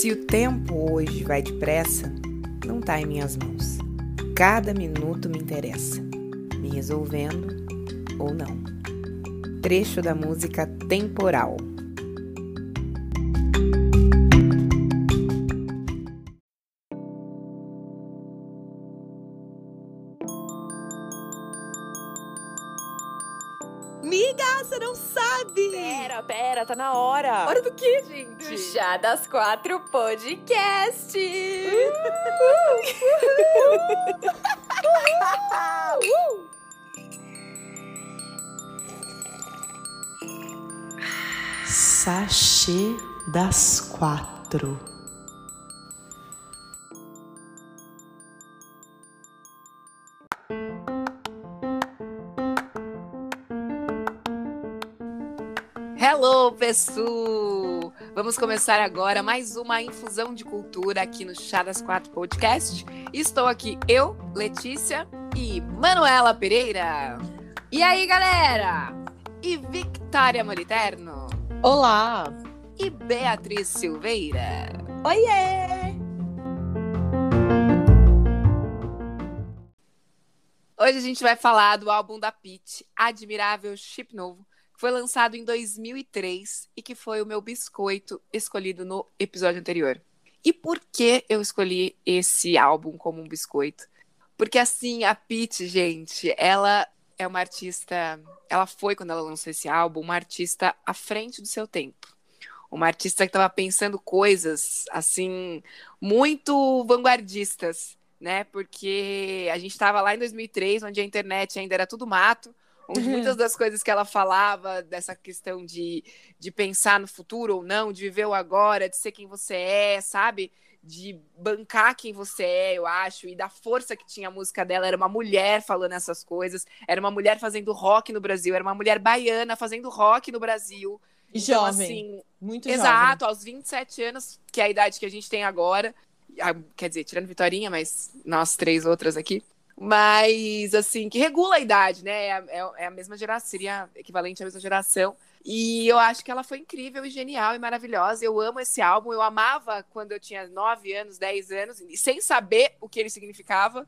Se o tempo hoje vai depressa, não tá em minhas mãos. Cada minuto me interessa, me resolvendo ou não. Trecho da música Temporal. Miga, você não sabe! Pera, tá na hora! Hora do quê, gente? Do Chá das 4 Podcast! Sachê das 4. Hello, pessoal! Vamos começar agora mais uma infusão de cultura aqui no Chá das 4 Podcast. Estou aqui eu, Letícia e Manuela Pereira. E aí, galera? E Victoria Moliterno. Olá! E Beatriz Silveira. Oiê! Hoje a gente vai falar do álbum da Pitty, Admirável Chip Novo, que foi lançado em 2003 e que foi o meu biscoito escolhido no episódio anterior. E por que eu escolhi esse álbum como um biscoito? Porque assim, a Pitty, gente, ela é uma artista, ela foi, quando ela lançou esse álbum, uma artista à frente do seu tempo. Uma artista que estava pensando coisas, assim, muito vanguardistas, né? Porque a gente estava lá em 2003, onde a internet ainda era tudo mato, onde muitas das coisas que ela falava, dessa questão de pensar no futuro ou não, de viver o agora, de ser quem você é, sabe? De bancar quem você é, eu acho, e da força que tinha a música dela. Era uma mulher falando essas coisas, era uma mulher fazendo rock no Brasil, era uma mulher baiana fazendo rock no Brasil. Então, Jovem, assim, muito exato, jovem. aos 27 anos, que é a idade que a gente tem agora. Quer dizer, tirando Vitorinha, mas nós três outras aqui. Mas, assim, que regula a idade, né? É a mesma geração, seria equivalente à mesma geração. E eu acho que ela foi incrível e genial e maravilhosa. Eu amo esse álbum. Eu amava quando eu tinha 9 anos, 10 anos, e sem saber o que ele significava.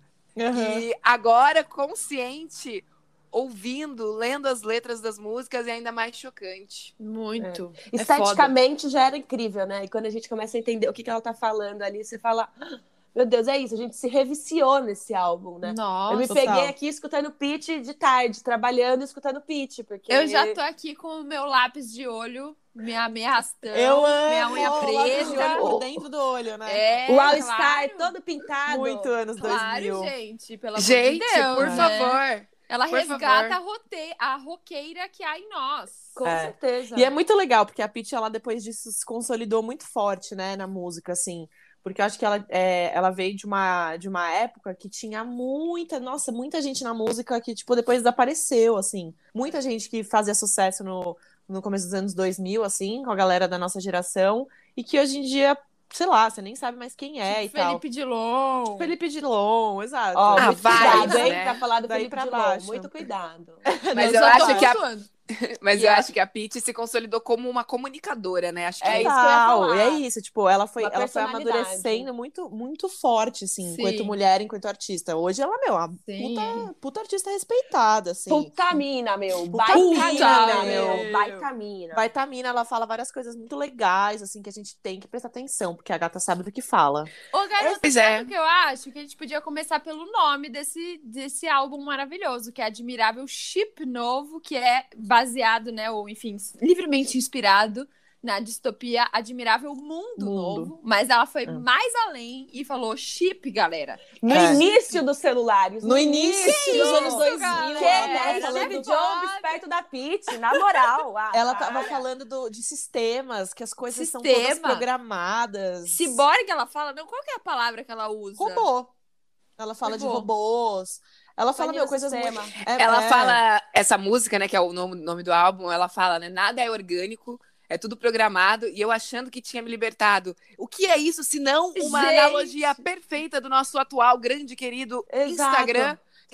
E agora, consciente, ouvindo, lendo as letras das músicas, é ainda mais chocante. Muito. É. Esteticamente já era incrível, né? E quando a gente começa a entender o que ela tá falando ali, você fala, meu Deus, é isso, a gente se reviciou nesse álbum, né? Nossa, eu me peguei aqui escutando Pitty de tarde, trabalhando e escutando Pitty, porque... Eu já tô aqui com o meu lápis de olho, minha arrastão, Eu amo minha unha lápis de olho preta. por dentro do olho, né? o All Star todo pintado. Muito anos Claro, 2000. gente, pelo amor Gente, de Deus, por né? favor. Ela Por resgata favor. a roqueira que há em nós. Com certeza. E é muito legal, porque a Pitty, ela depois disso se consolidou muito forte, né, na música, assim. Porque eu acho que ela veio de uma época que tinha muita gente na música que, tipo, depois desapareceu, assim. Muita gente que fazia sucesso no começo dos anos 2000, assim, com a galera da nossa geração, e que hoje em dia, sei lá, você nem sabe mais quem é Tipo e tal. Felipe Dilon. Felipe Dilon, exato. Ó, muito vários, cuidado, hein, né? pra falar do Daí Felipe pra Dilon. baixo. Muito cuidado. Mas Eu eu só tô acho que pontuando. eu acho que a Pitty se consolidou como uma comunicadora, né? Acho que É isso que eu ia falar. E é isso, tipo, ela foi personalidade. amadurecendo muito, muito forte, assim, Sim. enquanto mulher, enquanto artista. Hoje ela, uma Sim. puta artista respeitada, assim. Puta mina, meu. Puta Baita mina, mina, meu. meu. Baita mina. Vitamina, ela fala várias coisas muito legais, assim, que a gente tem que prestar atenção, porque a gata sabe do que fala. Ô, garota, Pois sabe é. o que eu acho? Que a gente podia começar pelo nome desse álbum maravilhoso, que é Admirável Chip Novo, que é baseado, né, ou enfim, livremente inspirado na distopia Admirável Mundo Novo. Mas ela foi mais além e falou chip, galera. No início dos celulares. No início dos anos isso, 2000, galera? Que, ela né? tava Era Steve falando, Jobs perto da Pitty, na moral. ela tava falando de sistemas, que as coisas são todas Sistema. programadas. Ciborgue, ela fala? Não, qual que é a palavra que ela usa? Robô. Ela fala de robôs. Ela fala, Planilha coisas sistema. muito... Ela fala, essa música, né, que é o nome do álbum, ela fala, né, nada é orgânico, é tudo programado, e eu achando que tinha me libertado. O que é isso, se não uma Gente! analogia perfeita do nosso atual grande querido Exato. Instagram,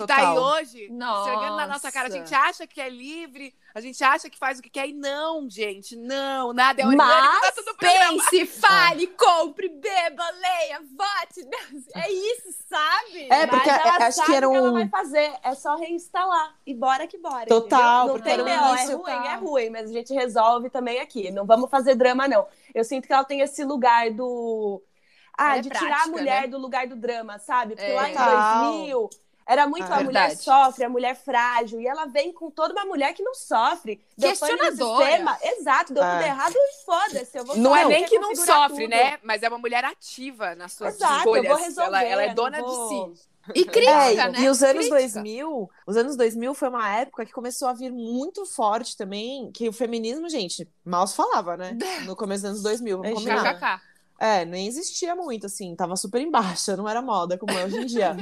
que tá aí Total. hoje, Nossa. chegando na nossa cara. A gente acha que é livre, a gente acha que faz o que quer. E não, gente, não. Nada é orgânico, Mas tá tudo programado. Pense, fale, compre, beba, leia, vote. É isso, sabe? É, porque Mas ela acho sabe que era o que ela um... vai fazer. É só reinstalar. E bora que bora. Total, entendeu? Não porque tem era um B.O. início, É ruim, tá. é ruim, mas a gente resolve também aqui. Não vamos fazer drama, não. Eu sinto que ela tem esse lugar do... Ela é de tirar a prática, mulher né? do lugar do drama, sabe? Porque É. lá em Total. 2000 era muito É. a mulher Verdade. sofre, a mulher frágil. E ela vem com toda uma mulher que não sofre. Deu pane no Questionadora. sistema. Exato, deu tudo É. errado e foda-se. Eu vou Não só é nem que não reconfigurar sofre, tudo. né? Mas é uma mulher ativa nas suas Exato, escolhas. eu vou resolver. Ela é não dona vou- de si. E crítica, né? E os anos Crítica. 2000 foi uma época que começou a vir muito forte também, que o feminismo, gente, mal se falava, né? No começo dos anos 2000, vamos combinar. KKK. Nem existia muito, assim, tava super em baixa, não era moda como é hoje em dia.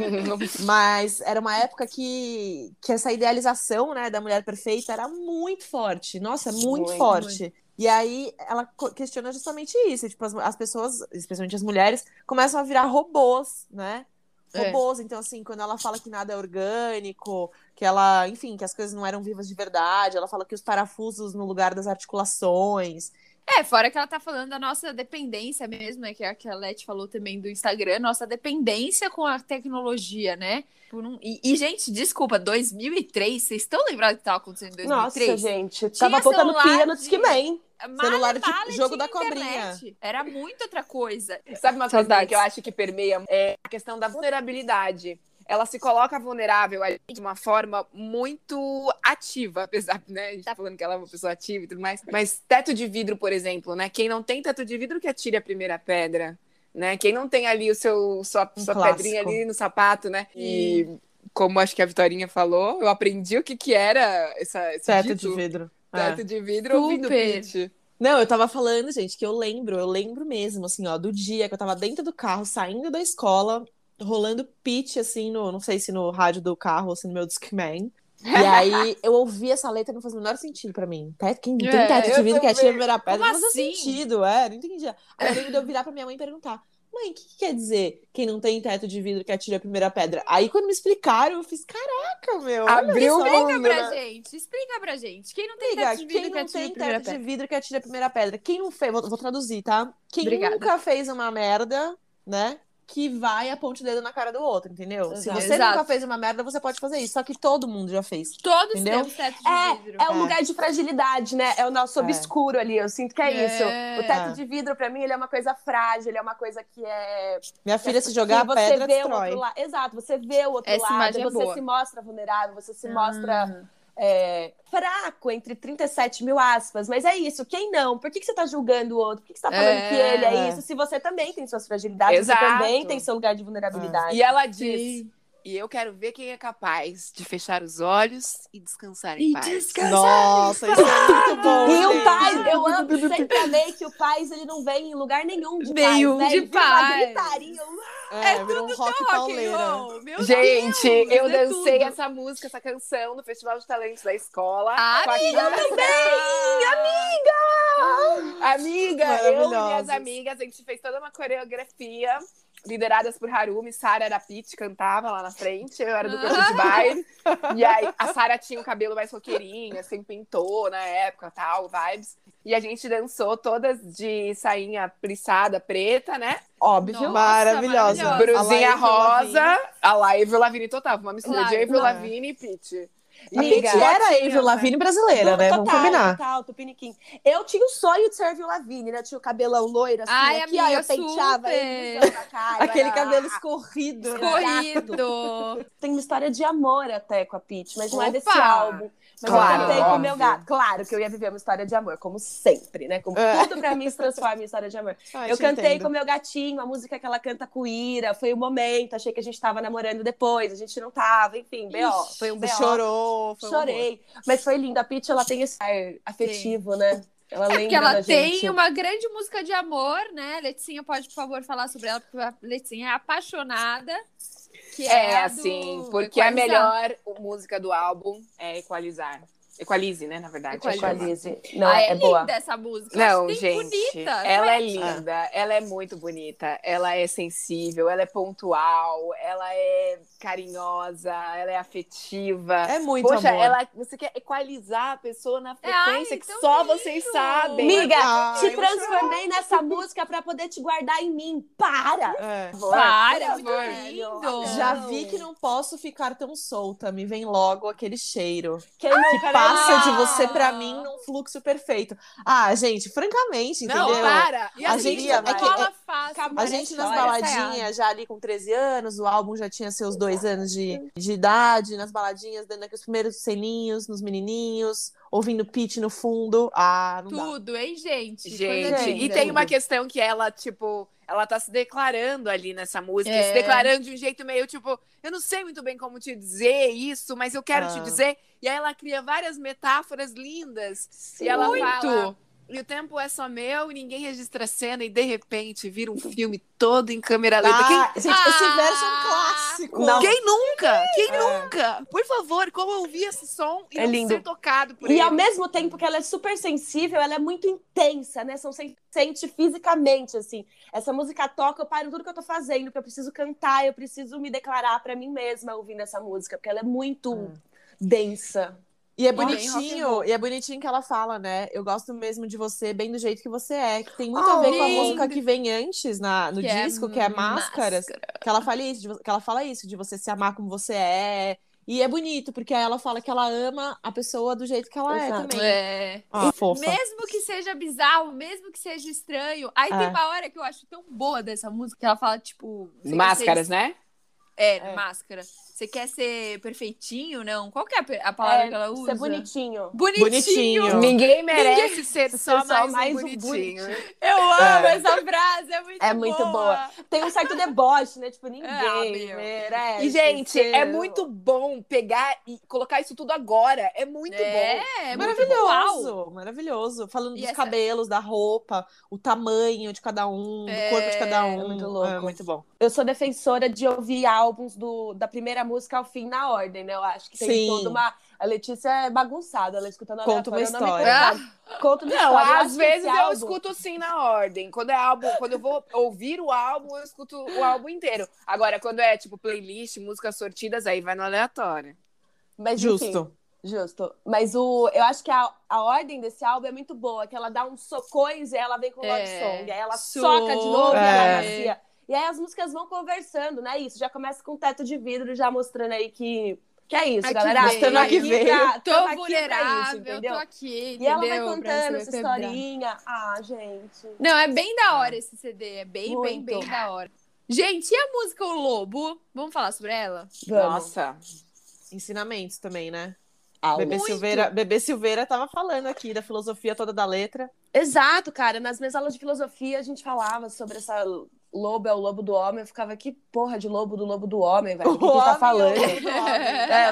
Mas era uma época que essa idealização, né, da mulher perfeita era muito forte. Nossa, muito forte. E aí ela questiona justamente isso. Tipo, as pessoas, especialmente as mulheres, começam a virar robôs, né? Robôs. Então, assim, quando ela fala que nada é orgânico, que ela, enfim, que as coisas não eram vivas de verdade, ela fala que os parafusos no lugar das articulações. Fora que ela tá falando da nossa dependência mesmo, né? Que é a que a Leti falou também do Instagram, nossa dependência com a tecnologia, né? E, gente, desculpa, 2003, vocês estão lembrados do que tava acontecendo em 2003? Nossa, gente. Tava Tinha botando celular pilha no de- Discman. Celular de Male, jogo tinha da cobrinha. internet. Era muito outra coisa. Sabe uma coisa Saudades. que eu acho que permeia? É a questão da vulnerabilidade. Ela se coloca vulnerável ali de uma forma muito ativa, apesar, né? A gente tá falando que ela é uma pessoa ativa e tudo mais. Mas teto de vidro, por exemplo, né? Quem não tem teto de vidro que atire a primeira pedra, né? Quem não tem ali sua clássico. pedrinha ali no sapato, né? E como acho que a Vitorinha falou, eu aprendi o que era esse Teto dito. de vidro. Teto de vidro ouvindo Super. Pitty. Não, eu tava falando, gente, que eu lembro mesmo, assim, ó, do dia que eu tava dentro do carro, saindo da escola, rolando pitch, assim, não sei se no rádio do carro ou se no meu Discman. E aí eu ouvi essa letra e não faz o menor sentido pra mim. Quem tem teto de eu vidro que atira a também. primeira pedra, Como não faz assim? sentido, não entendia. Aí eu lembro de eu virar pra minha mãe e perguntar: mãe, o que quer dizer quem não tem teto de vidro que atira a primeira pedra? Aí quando me explicaram, eu fiz, caraca, meu, olha Abriu só. o Explica mundo, pra né? gente. Explica pra gente. Quem não tem Amiga, teto de vidro quem que não atira a tem primeira teto de pedra? vidro que atira a primeira pedra? Quem não fez, vou traduzir, tá? Quem Obrigada. nunca fez uma merda, né? Que vai aponte o dedo na cara do outro, entendeu? Se Exato. você Exato. nunca fez uma merda, você pode fazer isso. Só que todo mundo já fez. Todos Entendeu? temos teto de vidro. É um lugar de fragilidade, né? É o nosso obscuro ali. Eu sinto que é isso. O teto É. de vidro, pra mim, ele é uma coisa frágil, ele é uma coisa que é. Minha filha, se jogar a que pedra, vê o outro destrói. lado. Exato, você vê o outro Essa lado, imagem é você boa. se mostra vulnerável, você se mostra fraco, entre 37 mil aspas. Mas é isso, quem não? Por que você tá julgando o outro? Por que você tá falando que ele é isso? Se você também tem suas fragilidades, Exato. você também tem seu lugar de vulnerabilidade. E ela diz: e eu quero ver quem é capaz de fechar os olhos e descansar em paz. Nossa, isso é muito bom. E o gente. Paz, eu amo, sempre amei que o Paz, ele não vem em lugar nenhum de Nenhum paz, né? de Ele vira uma paz. gritaria. Virou um rock pauleira. Meu Gente, Deus, eu é dancei tudo. essa música, essa canção no Festival de Talentos da escola. Amiga, eu Amiga, eu e minhas Maravilhosas. amigas, a gente fez toda uma coreografia, lideradas por Harumi. Sara era Pitty, cantava lá na frente, eu era do corpo de baile. E aí, a Sara tinha o cabelo mais roqueirinho, assim, pintou na época, tal, vibes. E a gente dançou todas de sainha plissada, preta, né? Óbvio. Nossa, Maravilhosa. maravilhosa. Brusinha A Avril rosa, Lavigne. a lá Avril Lavigne total, uma mistura de Claro, Avril não. Lavigne e Pitty. A Pitty era a Avril Lavigne brasileira, né? Vamos combinar. Total, tupiniquim. Eu tinha o sonho de ser Avril Lavigne, né? Eu tinha o cabelão loiro, assim, Ai, aqui, amiga, ó, eu penteava super. ele, usava a cara, Aquele era- cabelo escorrido. né? Corrido. Tem uma história de amor até com a Pitty, mas não é desse Opa! álbum. Mas Claro, eu cantei com o óbvio. meu gato. Claro que eu ia viver uma história de amor, como sempre, né? Como tudo pra mim se transforma em história de amor. Eu te cantei entendo. com o meu gatinho, a música que ela canta com Ira, foi o momento, achei que a gente tava namorando depois, a gente não tava, enfim, B.O. Foi um Você B.O. chorou. Foi um amor. Chorei, mas foi lindo. A Pitty, ela tem esse ar afetivo, né? Ela lembra Porque ela da gente. tem uma grande música de amor, né? Letícia pode, por favor, falar sobre ela, porque a Letícia é apaixonada. Que É, a assim, do porque a Equalizar. melhor música do álbum é Equalizar. Equalize, né, na verdade. Equalize. Não, é é linda boa. essa música. Eu Não, acho bem gente, bonita. ela é Gente. linda, ela é muito bonita, ela é sensível, ela é pontual, ela é carinhosa, ela é afetiva. É muito Poxa, amor. você quer equalizar a pessoa na Ai, frequência que tão só lindo. vocês sabem. Amiga, Ai, te transformei nessa música pra poder te guardar em mim. Para! É. Para, é Por muito favor. lindo. Já vi que não posso ficar tão solta. Me vem logo aquele cheiro Quem nunca, que né, passa amiga? de você pra mim num fluxo perfeito. Ah, gente, francamente, Não, entendeu? para! E A assim, gente- Não é que- rola fácil. A gente nas História, baladinhas, já ali com 13 anos, o álbum já tinha seus 2 anos de idade, nas baladinhas, dando aqueles primeiros selinhos nos menininhos, ouvindo Pitty no fundo. Ah, não dá. Tudo, hein, gente? Gente, Coisa e linda. tem uma questão que ela, tipo, ela tá se declarando ali nessa música, É. se declarando de um jeito meio, tipo, eu não sei muito bem como te dizer isso, mas eu quero te dizer. E aí ela cria várias metáforas lindas. E ela fala, e o tempo é só meu, e ninguém registra a cena, e de repente vira um filme todo em câmera lenta. Ah, gente, esse Ah! verso é um clássico. Não. Quem nunca? Quem É. nunca? Por favor, como eu ouvi esse som e É não lindo. ser tocado por E ele. ao mesmo tempo que ela é super sensível, ela é muito intensa, né? Sente fisicamente, assim. Essa música toca, eu paro tudo que eu tô fazendo, porque eu preciso cantar, eu preciso me declarar pra mim mesma ouvindo essa música, porque ela é muito densa. E é Bem rock and bonitinho, roll. e é bonitinho que ela fala, né? Eu gosto mesmo de você bem do jeito que você é, que tem muito a ver com a lindo. música que vem antes no Que é disco, que é Máscaras, que ela fala isso, de você se amar como você é. E é bonito, porque aí ela fala que ela ama a pessoa do jeito que ela Exato. é também. É. Ah, fofa. Mesmo que seja bizarro, mesmo que seja estranho. Aí tem uma hora que eu acho tão boa dessa música, que ela fala, tipo... você quer Máscaras, ser- né? Máscara. Você quer ser perfeitinho? Não. Qual que é a palavra que ela usa? Ser bonitinho. Bonitinho. Ninguém merece ser só só mais, mais um um bonitinho. Eu amo essa frase, é muito boa. É muito boa. Tem um certo deboche, né? Tipo, ninguém meu. merece. E, gente, ser- é muito bom pegar e colocar isso tudo agora. É muito bom. É muito uau. Maravilhoso, maravilhoso. Falando E dos essa- cabelos, da roupa, o tamanho de cada um, do corpo de cada um. é muito louco. É muito bom. Eu sou defensora de ouvir álbuns da primeira música ao fim na ordem, né? Eu acho que tem Sim. toda uma... A Letícia é bagunçada, ela escutando Conta uma aleatório, eu não me história. contato. Conta uma Não, história. Eu às acho que vezes esse eu álbum- escuto sim na ordem. Quando é álbum, quando eu vou ouvir o álbum, eu escuto o álbum inteiro. Agora, quando é tipo playlist, músicas sortidas, aí vai no aleatório. Mas, Justo. enfim, justo. Mas eu acho que a ordem desse álbum é muito boa, que ela dá uns socões e ela vem com love song. Aí ela soca de novo e ela macia. E aí as músicas vão conversando, né? Isso, já começa com teto de vidro, já mostrando aí que é isso, Aqui galera. veio. Tamo aqui Aqui pra- Tô tamo aqui pra vulnerável, isso, entendeu? tô aqui, E ela vai entendeu? Pra contando você essa vertebrar. historinha. Ah, gente. Não, é bem da hora esse CD. É bem, Muito. bem da hora. Gente, e a música O Lobo? Vamos falar sobre ela? Vamos. Nossa. Ensinamentos também, né? Algo. Bebê Silveira tava falando aqui da filosofia toda da letra. Exato, cara. Nas minhas aulas de filosofia, a gente falava sobre essa lobo é o lobo do homem. Eu ficava, que porra de lobo do homem, velho? O que tá falando? É,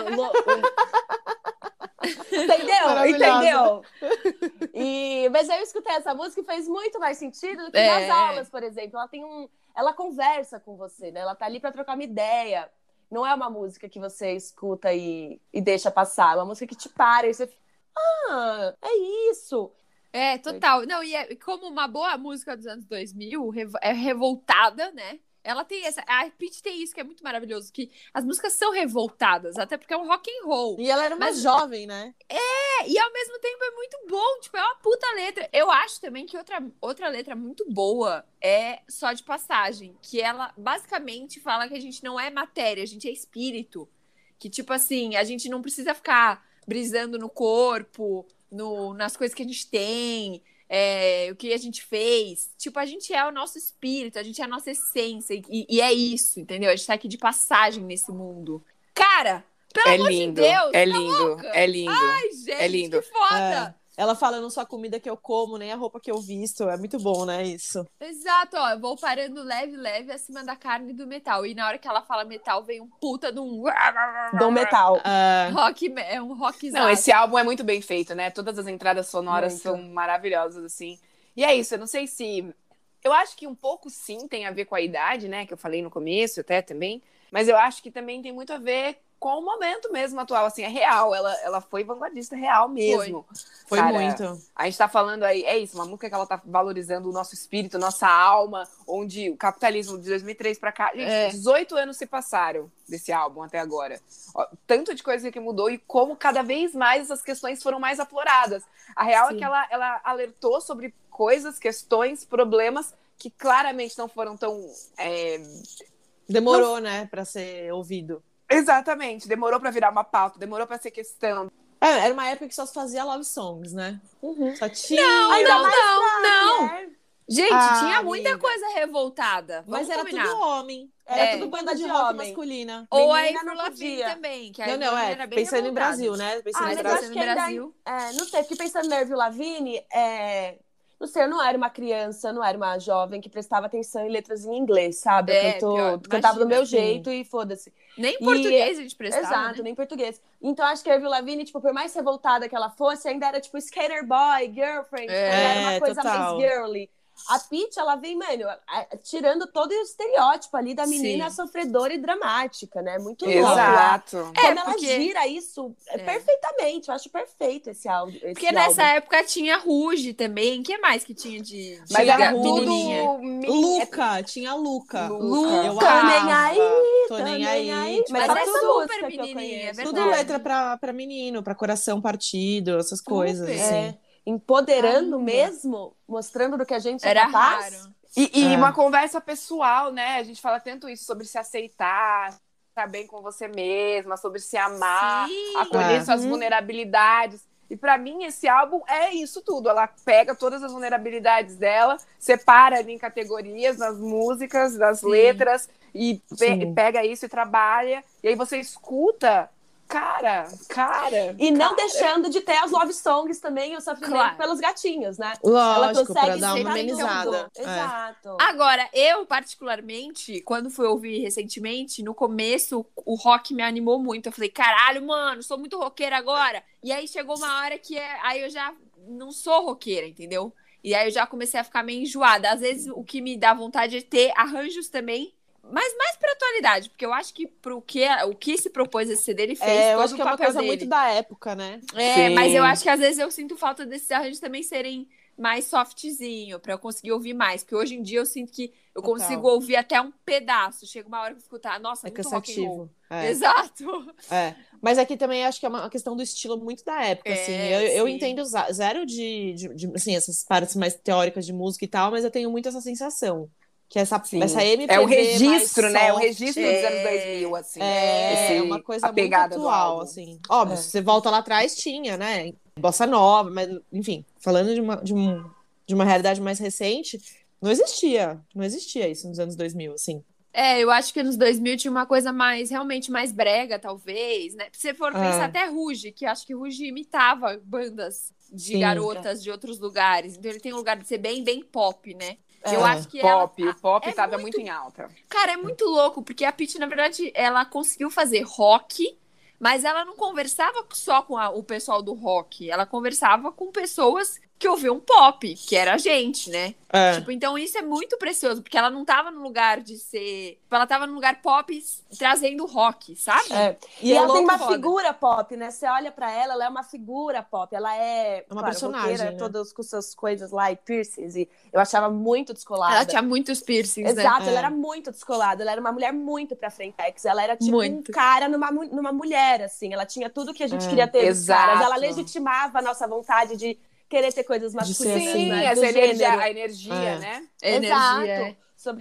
Entendeu? Maravilhosa. Entendeu? Mas aí eu escutei essa música e fez muito mais sentido do que É. nas aulas, por exemplo. Ela conversa com você, né? Ela tá ali pra trocar uma ideia. Não é uma música que você escuta e deixa passar. É uma música que te para e você fica, é isso. É, total. Não, e como uma boa música dos anos 2000, é revoltada, né? Ela tem essa... A Pitty tem isso que é muito maravilhoso, que as músicas são revoltadas, até porque é um rock and roll. E ela era uma Mas- jovem, né? E ao mesmo tempo é muito bom, tipo, é uma puta letra. Eu acho também que outra letra muito boa é Só de Passagem, que ela basicamente fala que a gente não é matéria, a gente é espírito. Que, tipo assim, a gente não precisa ficar brisando no corpo, nas coisas que a gente tem, o que a gente fez. Tipo, a gente é o nosso espírito, a gente é a nossa essência. E é isso, entendeu? A gente tá aqui de passagem nesse mundo. Cara, pelo amor de Deus, é tá lindo, louca? é lindo. Ai, gente, É lindo. que foda! Ela fala, não só a comida que eu como, nem a roupa que eu visto. É muito bom, né, isso? Exato, ó, eu vou parando leve acima da carne e do metal. E na hora que ela fala metal, vem um puta de um Dom Metal. rock, é um rockzão. Não, esse álbum é muito bem feito, né? Todas as entradas sonoras Muito. são maravilhosas, assim. E é isso, eu não sei se... Eu acho que um pouco, sim, tem a ver com a idade, né? Que eu falei no começo até também. Mas eu acho que também tem muito a ver com o momento mesmo atual, assim, é real, ela foi vanguardista real mesmo. Foi Cara, muito. A gente tá falando aí, é isso, uma música que ela tá valorizando o nosso espírito, nossa alma, onde o capitalismo de 2003 pra cá, gente, 18 anos se passaram desse álbum até agora. Ó, tanto de coisa que mudou e como cada vez mais essas questões foram mais afloradas. A real é que ela alertou sobre coisas, questões, problemas que claramente não foram tão... Demorou, né, pra ser ouvido. Exatamente, demorou pra virar uma pauta, demorou pra ser questão. Era uma época que só se fazia love songs, né? Só tinha... Não. Gente, tinha amiga. muita coisa revoltada. Mas era combinar. tudo homem. Era Tudo banda de de rock homem. masculina. Ou a Menina Avril não Lavigne podia. também, que a Não, Avril era bem pensando em revoltada. Brasil, né? Pensando mas em eu Brasil. acho que ainda- Brasil. Não sei, fiquei pensando na Avril Lavigne, não sei, eu não era uma criança, não era uma jovem que prestava atenção em letras em inglês, sabe? Pior, Cantava do imagina, meu sim. jeito e foda-se. Nem em E- português a gente prestava, Exato, né? nem em português. Então acho que a Avril Lavigne, tipo, por mais revoltada que ela fosse, ainda era tipo skater boy, girlfriend, era uma coisa total. mais girly. A Pitty, ela vem, mano, tirando todo o estereótipo ali da menina Sim. sofredora e dramática, né? Muito louco. Exato. Como ela porque- gira isso perfeitamente. Eu acho perfeito esse álbum. Porque nessa época tinha Ruge também. O que mais que tinha de Mas tinha era menininha? tudo... Luca, tinha Luca. Luca. Eu Tô nem amava. aí, Tô nem aí. Tipo, Mas Mas só é essa super música que eu menininha, conheço. é tudo verdade. letra pra menino, pra coração partido, essas coisas, Super. assim. Empoderando Caramba. mesmo, mostrando do que a gente é Era capaz. raro. E uma conversa pessoal, né? A gente fala tanto isso sobre se aceitar, estar bem com você mesma, sobre se amar, Sim. acolher suas vulnerabilidades. E pra mim, esse álbum é isso tudo. Ela pega todas as vulnerabilidades dela, separa ali em categorias, nas músicas, nas letras, e pega isso e trabalha. E aí você escuta, cara. E não deixando de ter as love songs também, o sofrimento Claro. pelos gatinhos, né? Lógico, pra consegue dar uma sentar amenizada. tudo. Exato. Agora, eu, particularmente, quando fui ouvir recentemente, no começo, o rock me animou muito. Eu falei, caralho, mano, sou muito roqueira agora. E aí chegou uma hora que aí eu já não sou roqueira, entendeu? E aí eu já comecei a ficar meio enjoada. Às vezes, o que me dá vontade é ter arranjos também, mas mais pra atualidade, porque eu acho que o que se propôs esse CD, ele fez eu todo acho que o é uma papel coisa dele. muito da época, né? Sim. Mas eu acho que às vezes eu sinto falta desses arranjos também serem mais softzinho, pra eu conseguir ouvir mais. Porque hoje em dia eu sinto que eu Total. consigo ouvir até um pedaço. Chega uma hora que eu fico, nossa, É muito rock and roll. cansativo. É. Exato. Mas aqui também acho que é uma questão do estilo muito da época, assim. Eu sim. entendo zero de assim, essas partes mais teóricas de música e tal, mas eu tenho muito essa sensação. Que essa MPB É o registro, mais né? O soft, registro dos anos 2000, assim. É uma coisa a muito pegada do atual, álbum. assim. Óbvio, se você volta lá atrás, tinha, né? Bossa Nova, mas, enfim, falando de uma realidade mais recente, não existia isso nos anos 2000, assim. Eu acho que nos 2000 tinha uma coisa realmente mais brega, talvez, né? Se você for pensar até Ruge, que acho que Ruge imitava bandas de garotas de outros lugares. Então ele tem um lugar de ser bem, bem pop, né? Eu acho que o pop é estava muito em alta. Cara, é muito louco, porque a Pitty, na verdade, ela conseguiu fazer rock, mas ela não conversava só com o pessoal do rock. Ela conversava com pessoas que ouviam pop, que era a gente, né? Tipo, então isso é muito precioso, porque ela não tava no lugar de ser... Ela tava no lugar pop trazendo rock, sabe? E ela tem uma foda. figura pop, né? Você olha pra ela é uma figura pop. Ela é uma claro, personagem, roqueira, né? todas com suas coisas lá e piercings. E eu achava muito descolada. Ela tinha muitos piercings, né? Exato, ela era muito descolada. Ela era uma mulher muito pra frente. Ela era tipo Muito. um cara numa mulher, assim. Ela tinha tudo que a gente queria ter dos Exato. caras. Ela legitimava a nossa vontade de querer ter coisas masculinas, ser Sim, né? essa Do energia, gênero. a energia, né? Exato.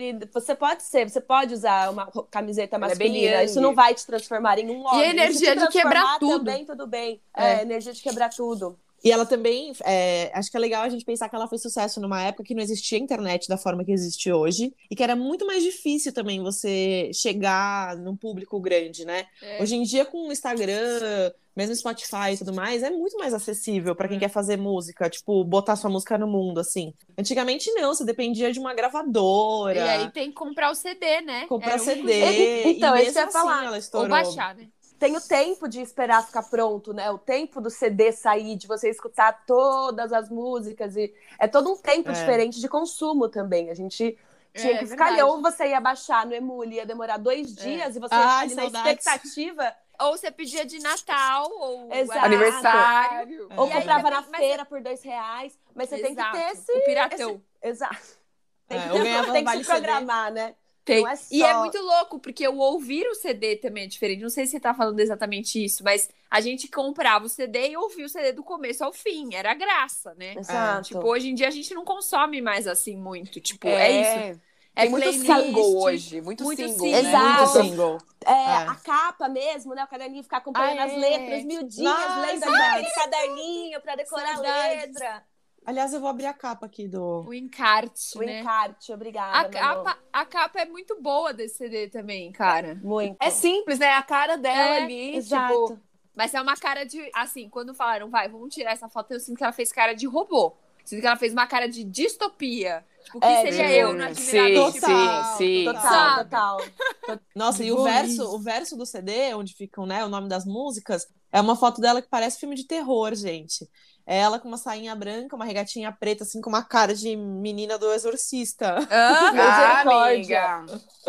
Você pode usar uma camiseta Ela é bem masculina. Isso yang. não vai te transformar em um homem. E a energia Se te de quebrar transformar tudo. Também, tudo bem. Energia de quebrar tudo. E ela também, acho que é legal a gente pensar que ela foi sucesso numa época que não existia internet da forma que existe hoje, e que era muito mais difícil também você chegar num público grande, né? Hoje em dia, com o Instagram, mesmo Spotify e tudo mais, é muito mais acessível pra quem quer fazer música, tipo, botar sua música no mundo, assim. Antigamente não, você dependia de uma gravadora. E aí tem que comprar o CD, né? Comprar Era o único CD. jeito. Então, e isso que eu ia mesmo assim falar. ela Ou estourou. baixar, né? Tem o tempo de esperar ficar pronto, né? O tempo do CD sair, de você escutar todas as músicas. E é todo um tempo diferente de consumo também. A gente tinha que escolher. verdade. Ou você ia baixar no Emule, ia demorar 2 dias, e você ia Ai, ali na saudades. expectativa. Ou você pedia de Natal, ou Exato. Aniversário. Ou E aí comprava na também- mas feira por R$2. Mas você tem que ter esse... o piratão. Exato. Tem que, eu ganhava tem que vale se programar, né? Tem. Não é E é só- muito louco, porque o ouvir o CD também é diferente. Não sei se você tá falando exatamente isso, mas a gente comprava o CD e ouvia o CD do começo ao fim. Era graça, né? Exato. Tipo, hoje em dia a gente não consome mais assim muito. Tipo, é isso. É Tem muito playlist, single hoje. Muito single, né? Exato. Muito single. A capa mesmo, né? O caderninho ficar acompanhando as letras, miudinhas, Nossa, lendo aquele caderninho pra decorar a Saudades. letra. Aliás, eu vou abrir a capa aqui do... O encarte, O né? encarte, obrigada, Manu. A capa é muito boa desse CD também, cara. Muito. É simples, né? A cara dela ali, Exato. tipo... Mas é uma cara de... Assim, quando falaram, vamos tirar essa foto, eu sinto que ela fez cara de robô. Sinto que ela fez uma cara de distopia. Tipo, o que seria eu na Admirável? Sim. Total. Nossa, e o verso do CD, onde ficam, né, o nome das músicas, é uma foto dela que parece filme de terror, gente. É ela com uma sainha branca, uma regatinha preta, assim, com uma cara de menina do Exorcista. Amiga.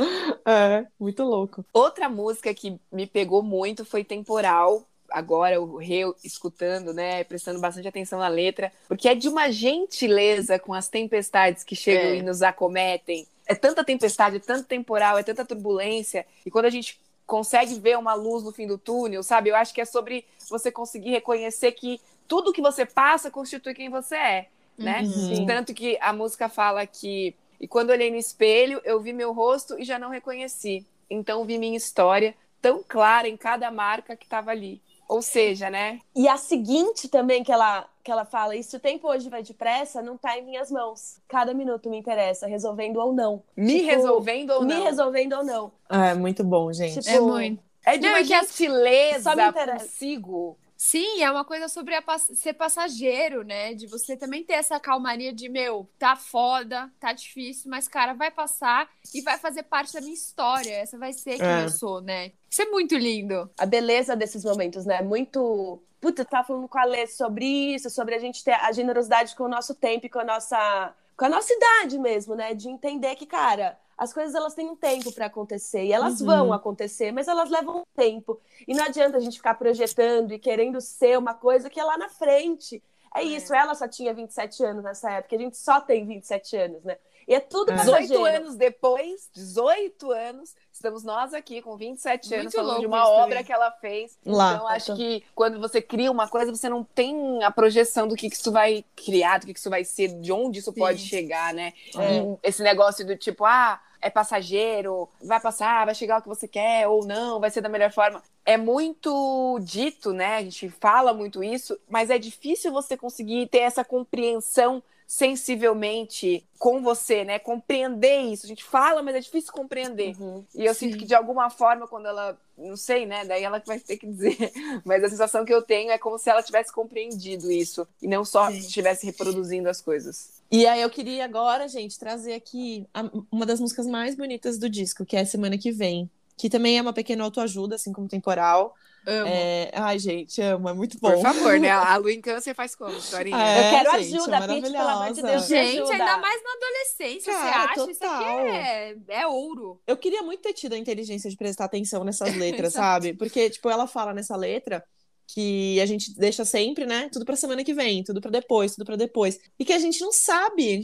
É, muito louco. Outra música que me pegou muito foi Temporal. Agora eu reescutando, né, prestando bastante atenção na letra, porque é de uma gentileza com as tempestades que chegam e nos acometem. É tanta tempestade, é tanto temporal, é tanta turbulência, e quando a gente consegue ver uma luz no fim do túnel, sabe? Eu acho que é sobre você conseguir reconhecer que tudo que você passa constitui quem você é, né? Tanto que a música fala que e quando olhei no espelho, eu vi meu rosto e já não reconheci. Então vi minha história tão clara em cada marca que estava ali. Ou seja, né? E a seguinte também que ela fala, e se o tempo hoje vai depressa, não tá em minhas mãos. Cada minuto me interessa, resolvendo ou não. Resolvendo ou não. Me resolvendo ou não. É, muito bom, gente. Tipo, É muito. É de uma gentileza só me interessa. consigo. Sim, é uma coisa sobre ser passageiro, né? De você também ter essa calmaria de, tá foda, tá difícil, mas, cara, vai passar e vai fazer parte da minha história. Essa vai ser quem eu sou, né? Isso é muito lindo. A beleza desses momentos, né? Muito... Puta, eu tava falando com a Lê sobre isso, sobre a gente ter a generosidade com o nosso tempo e com a nossa idade mesmo, né? De entender que, cara, as coisas elas têm um tempo para acontecer e elas vão acontecer, mas elas levam um tempo. E não adianta a gente ficar projetando e querendo ser uma coisa que é lá na frente. É isso, ela só tinha 27 anos nessa época, a gente só tem 27 anos, né? E é tudo passageiro. 18 anos depois, 18 anos, estamos nós aqui com 27 anos falando de uma isso obra também. que ela fez. Lá. Então, acho que quando você cria uma coisa, você não tem a projeção do que isso vai criar, do que isso vai ser, de onde isso pode chegar, né? E esse negócio do tipo, é passageiro, vai passar, vai chegar o que você quer ou não, vai ser da melhor forma. É muito dito, né? A gente fala muito isso, mas é difícil você conseguir ter essa compreensão sensivelmente com você, né? Compreender isso. A gente fala, mas é difícil compreender. E eu sinto que, de alguma forma, quando ela... Não sei, né? Daí ela vai ter que dizer. Mas a sensação que eu tenho é como se ela tivesse compreendido isso. E não só estivesse reproduzindo as coisas. E aí eu queria agora, gente, trazer aqui uma das músicas mais bonitas do disco, que é Semana que Vem. Que também é uma pequena autoajuda, assim como Temporal. Amo. Ai, gente, amo, é muito bom. Por favor, né? A Lua em Câncer faz como, historinha? Eu quero gente, ajuda, é Pitty, pelo amor de Deus. maravilhosa. Gente, ajuda. ainda mais na adolescência, Cara, você acha? Isso total. aqui é ouro. Eu queria muito ter tido a inteligência de prestar atenção nessas letras, sabe? Porque, tipo, ela fala nessa letra que a gente deixa sempre, né? Tudo pra semana que vem, tudo pra depois, tudo pra depois. E que a gente não sabe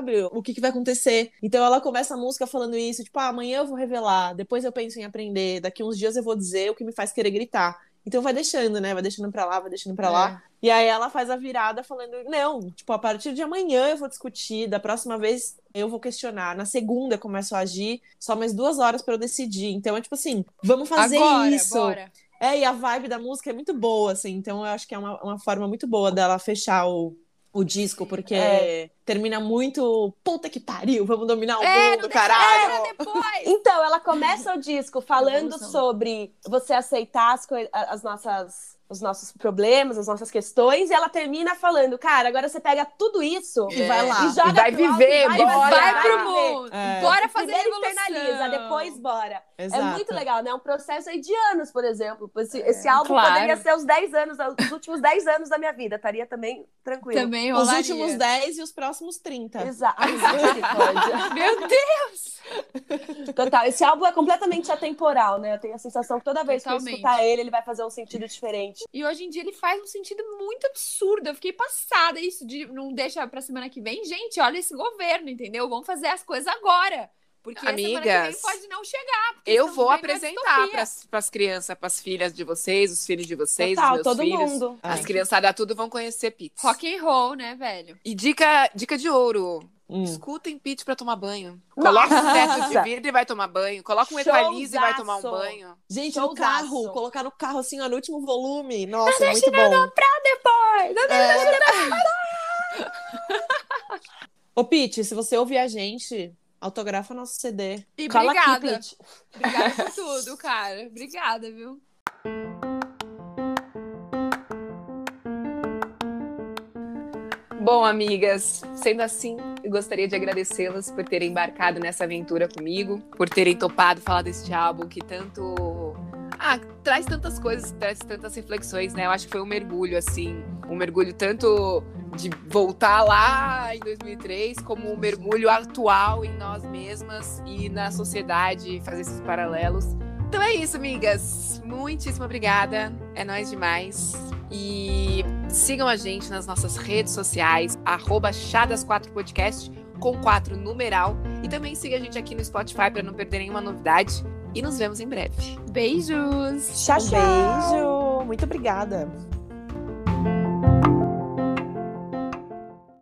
o que vai acontecer. Então ela começa a música falando isso, tipo, amanhã eu vou revelar, depois eu penso em aprender, daqui uns dias eu vou dizer o que me faz querer gritar. Então vai deixando, né? Vai deixando pra lá, vai deixando pra lá. E aí ela faz a virada falando, não, tipo, a partir de amanhã eu vou discutir, da próxima vez eu vou questionar, na segunda eu começo a agir, só mais 2 horas pra eu decidir. Então é tipo assim, vamos fazer Agora, isso. bora. E a vibe da música é muito boa, assim, então eu acho que é uma forma muito boa dela fechar o disco, porque termina muito, puta que pariu, vamos dominar o mundo, caralho! Depois. Então, ela começa o disco falando sobre você aceitar as nossas os nossos problemas, as nossas questões, e ela termina falando, cara, agora você pega tudo isso E vai lá. e joga E vai pro alto, viver, bora. Vai pro viver. mundo. É. Bora fazer Primeiro revolução. internaliza, depois bora. Exato. É muito legal, né? É um processo aí de anos, por exemplo. Esse álbum claro. poderia ser os 10 anos, os últimos 10 anos da minha vida. Estaria também tranquilo. Também Os rolaria. últimos 10 e os próximos 30. Exato. Ai, misericórdia. Meu Deus! Total. Esse álbum é completamente atemporal, né? Eu tenho a sensação que toda vez que eu Totalmente. escutar ele vai fazer um sentido diferente. E hoje em dia ele faz um sentido muito absurdo. Eu fiquei passada isso de não deixa pra semana que vem. Gente, olha esse governo, entendeu? Vamos fazer as coisas agora. Porque a semana que Amigas, vem pode não chegar. porque Eu estamos vou vivendo uma apresentar distopia. pras crianças, pras filhas de vocês, os filhos de vocês, Total, os meus todo filhos. mundo. As criançadas tudo vão conhecer Pitty. Rock and roll, né, velho? E dica de ouro. Escutem Pitty pra tomar banho. Coloca um teto de vidro e vai tomar banho. Coloca um equalize e vai tomar um Showzaço. banho. Gente, Showzaço. no carro, colocar no carro assim, ó, no último volume. Nossa, é muito bom. Ô, Pitty, se você ouvir a gente, autografa nosso CD. E Cola aqui, obrigada. Pitty. Obrigada por tudo, cara. Obrigada, viu? Bom, amigas, sendo assim, eu gostaria de agradecê-las por terem embarcado nessa aventura comigo, por terem topado falar deste álbum que tanto... traz tantas coisas, traz tantas reflexões, né? Eu acho que foi um mergulho, assim, um mergulho tanto de voltar lá em 2003, como um mergulho atual em nós mesmas e na sociedade, fazer esses paralelos. Então é isso, amigas. Muitíssimo obrigada. É nóis demais. E sigam a gente nas nossas redes sociais, @chadas4podcast, com 4 numeral. E também siga a gente aqui no Spotify para não perder nenhuma novidade. E nos vemos em breve. Beijos! Tchau, tchau. Beijo. Muito obrigada.